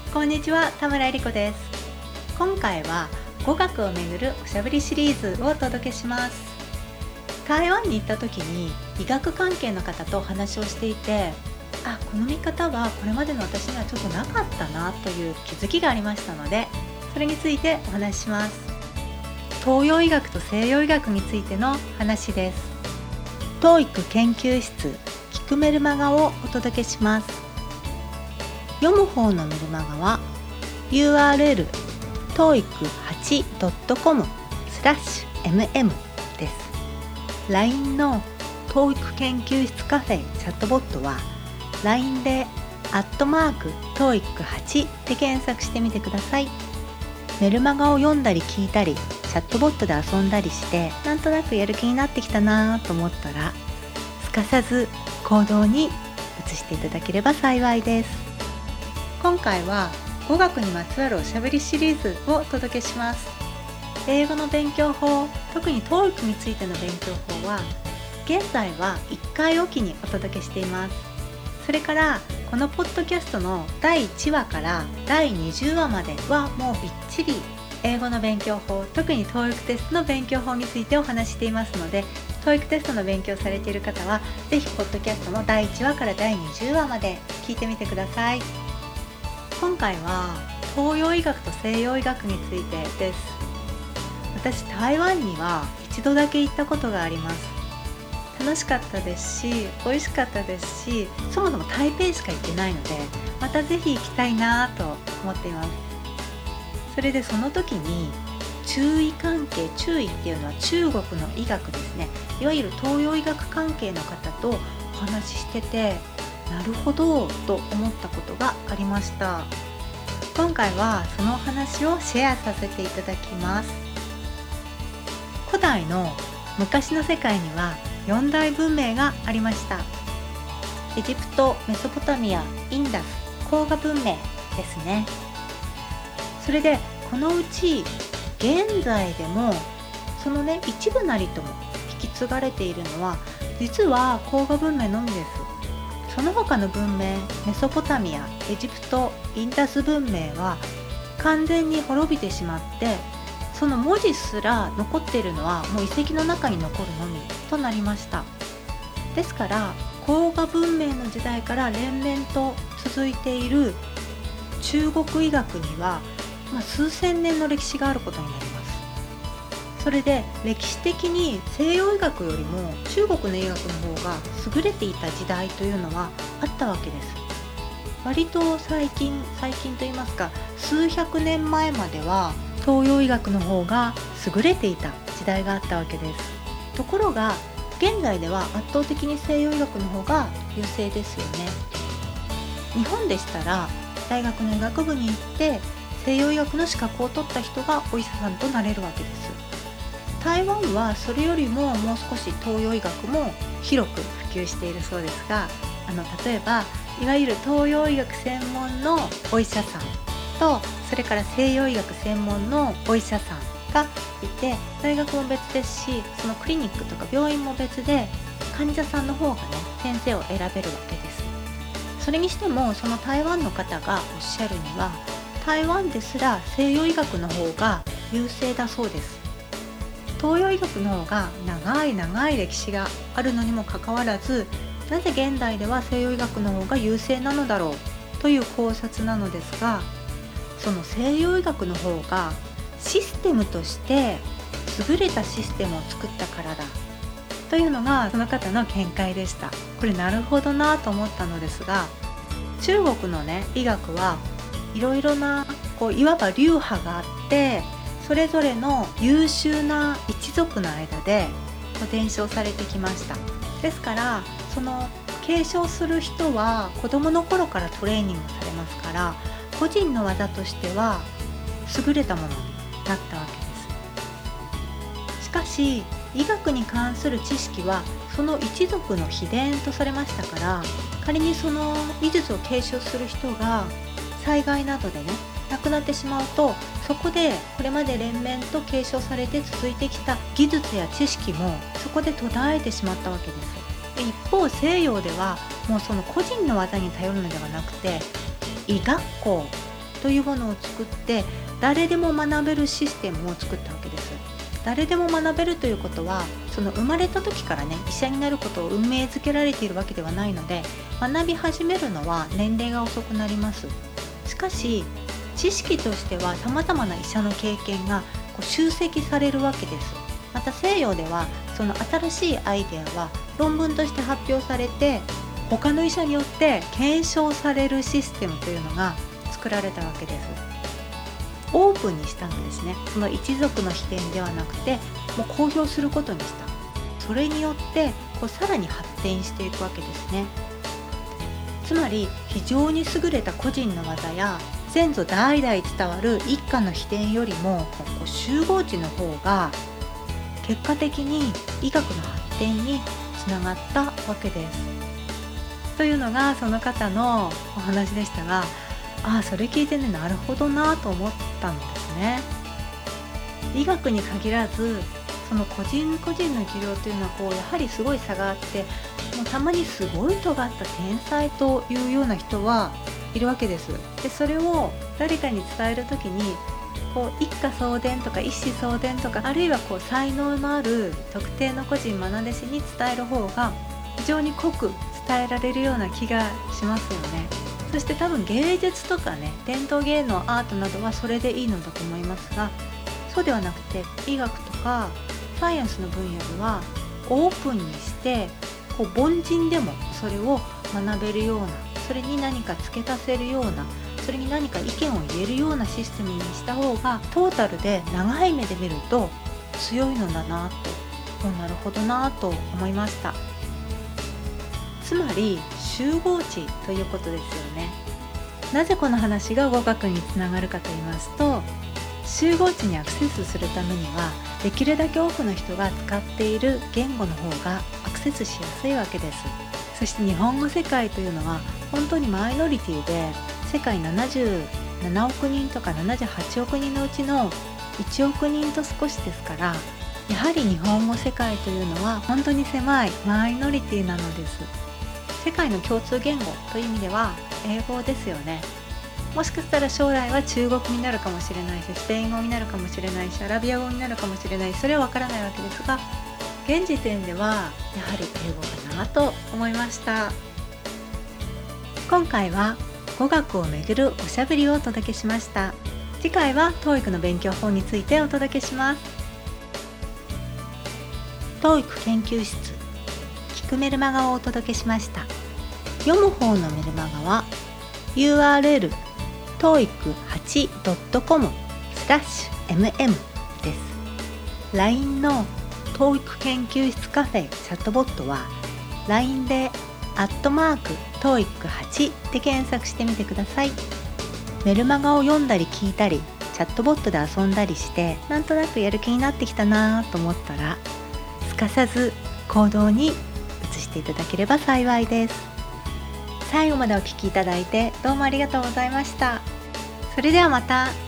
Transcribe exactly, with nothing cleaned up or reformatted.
こんにちは、田村えり子です。今回は語学をめぐるおしゃべりシリーズをお届けします。台湾に行った時に医学関係の方とお話をしていて、あ、この見方はこれまでの私にはちょっとなかったなという気づきがありましたので、それについてお話しします。東洋医学と西洋医学についての話です。トーイック研究室聞くメルマガをお届けします。読む方のメルマガは ユーアールエル トーイックはちドットコム スラッシュ エムエム です。 ライン の トーイック 研究室カフェチャットボットは ライン でアットマーク トーイックはち で検索してみてください。メルマガを読んだり聞いたりチャットボットで遊んだりして、なんとなくやる気になってきたなと思ったら、すかさず行動に移していただければ幸いです。今回は語学にまつわるおしゃべりシリーズをお届けします。英語の勉強法、特に トーイック についての勉強法は現在はいっかいおきにお届けしています。それからこのポッドキャストのだいいちわからだいにじゅうわまではもうびっちり英語の勉強法、特に トーイック テストの勉強法についてお話していますので、 トーイック テストの勉強されている方はぜひポッドキャストのだいいちわからだいにじゅうわまで聞いてみてください。今回は東洋医学と西洋医学についてです。私、台湾には一度だけ行ったことがあります。楽しかったですし、美味しかったですし、そもそも台北しか行ってないので、またぜひ行きたいなと思っています。それでその時に中医関係、中医っていうのは中国の医学ですね。いわゆる東洋医学関係の方とお話ししてて、なるほどと思ったことがありました。今回はそのお話をシェアさせていただきます。古代の昔の世界にはよん大文明がありました。エジプト、メソポタミア、インダス、黄河文明ですね。それでこのうち現在でもそのね一部なりとも引き継がれているのは実は黄河文明のみです。その他の文明、メソポタミア、エジプト、インダス文明は完全に滅びてしまって、その文字すら残っているのはもう遺跡の中に残るのみとなりました。ですから黄河文明の時代から連綿と続いている中国医学には、まあ、数千年の歴史があることになります。それで歴史的に西洋医学よりも中国の医学の方が優れていた時代というのはあったわけです。割と最近最近といいますか、数百年前までは東洋医学の方が優れていた時代があったわけです。ところが現在では圧倒的に西洋医学の方が優勢ですよね。日本でしたら大学の医学部に行って西洋医学の資格を取った人がお医者さんとなれるわけです。台湾はそれよりももう少し東洋医学も広く普及しているそうですが、あの例えばいわゆる東洋医学専門のお医者さんと、それから西洋医学専門のお医者さんがいて、大学も別ですし、そのクリニックとか病院も別で患者さんの方がね先生を選べるわけです。それにしてもその台湾の方がおっしゃるには、台湾ですら西洋医学の方が優勢だそうです。東洋医学の方が長い長い歴史があるのにもかかわらず、なぜ現代では西洋医学の方が優勢なのだろうという考察なのですが、その西洋医学の方がシステムとして優れたシステムを作ったからだというのがその方の見解でした。これなるほどなと思ったのですが、中国のね医学はいろいろなこういわば流派があって、それぞれの優秀な一族の間で伝承されてきました。ですからその継承する人は子どもの頃からトレーニングされますから、個人の技としては優れたものになったわけです。しかし医学に関する知識はその一族の秘伝とされましたから、仮にその技術を継承する人が災害などでね亡くなってしまうと、そこでこれまで連綿と継承されて続いてきた技術や知識もそこで途絶えてしまったわけです。で一方西洋ではもうその個人の技に頼るのではなくて、医学校とというものを作って、誰でも学べるシステムを作ったわけです。誰でも学べるということは、その生まれた時からね、医者になることを運命づけられているわけではないので、学び始めるのは年齢が遅くなります。しかし知識としてはさまざまな医者の経験がこう集積されるわけです。また西洋ではその新しいアイデアは論文として発表されて、他の医者によって検証されるシステムというのが作られたわけです。オープンにしたのですね。その一族の秘典ではなくて、もう公表することにした。それによってこうさらに発展していくわけですね。つまり非常に優れた個人の技や先祖代々伝わる一家の秘典よりも、こう集合値の方が結果的に医学の発展につながったわけです。というのがその方のお話でしたが、ああ、それ聞いてね、なるほどなと思ったんですね。医学に限らず、その個人個人の治療というのはこうやはりすごい差があって、もうたまにすごい尖った天才というような人はいるわけです。でそれを誰かに伝えるときに、こう一家相伝とか一子相伝とか、あるいはこう才能のある特定の個人愛弟子に伝える方が非常に濃く伝えられるような気がしますよね。そして多分芸術とかね、伝統芸能アートなどはそれでいいのだと思いますが、そうではなくて医学とかサイエンスの分野ではオープンにして、こう凡人でもそれを学べるような、それに何か付け足せるような、それに何か意見を言えるようなシステムにした方がトータルで長い目で見ると強いのだなと、なるほどなと思いました。つまり集合値ということですよね。なぜこの話が語学につながるかと言いますと、集合値にアクセスするためにはできるだけ多くの人が使っている言語の方がアクセスしやすいわけです。そして日本語世界というのは本当にマイノリティで、世界ななじゅうななおくにんとかななじゅうはちおくにんのうちのいちおくにんと少しですから、やはり日本語世界というのは本当に狭いマイノリティなのです。世界の共通言語という意味では英語ですよね。もしかしたら将来は中国になるかもしれないし、スペイン語になるかもしれないし、アラビア語になるかもしれないし、それはわからないわけですが、現時点ではやはり英語かなと思いました。今回は語学をめぐるおしゃべりをお届けしました。次回は トーイック の勉強法についてお届けします。 トーイック 研究室聞くメルマガをお届けしました。読む方のメルマガは ユーアールエル トーイックはちドットコム スラッシュ エムエム です。 ライン の トーイック 研究室カフェチャットボットは ライン でアットマーク トーイックはち で検索してみてください。メルマガを読んだり聞いたり、チャットボットで遊んだりして、なんとなくやる気になってきたなと思ったら、すかさず行動に移していただければ幸いです。最後までお聞きいただいてどうもありがとうございました。それではまた。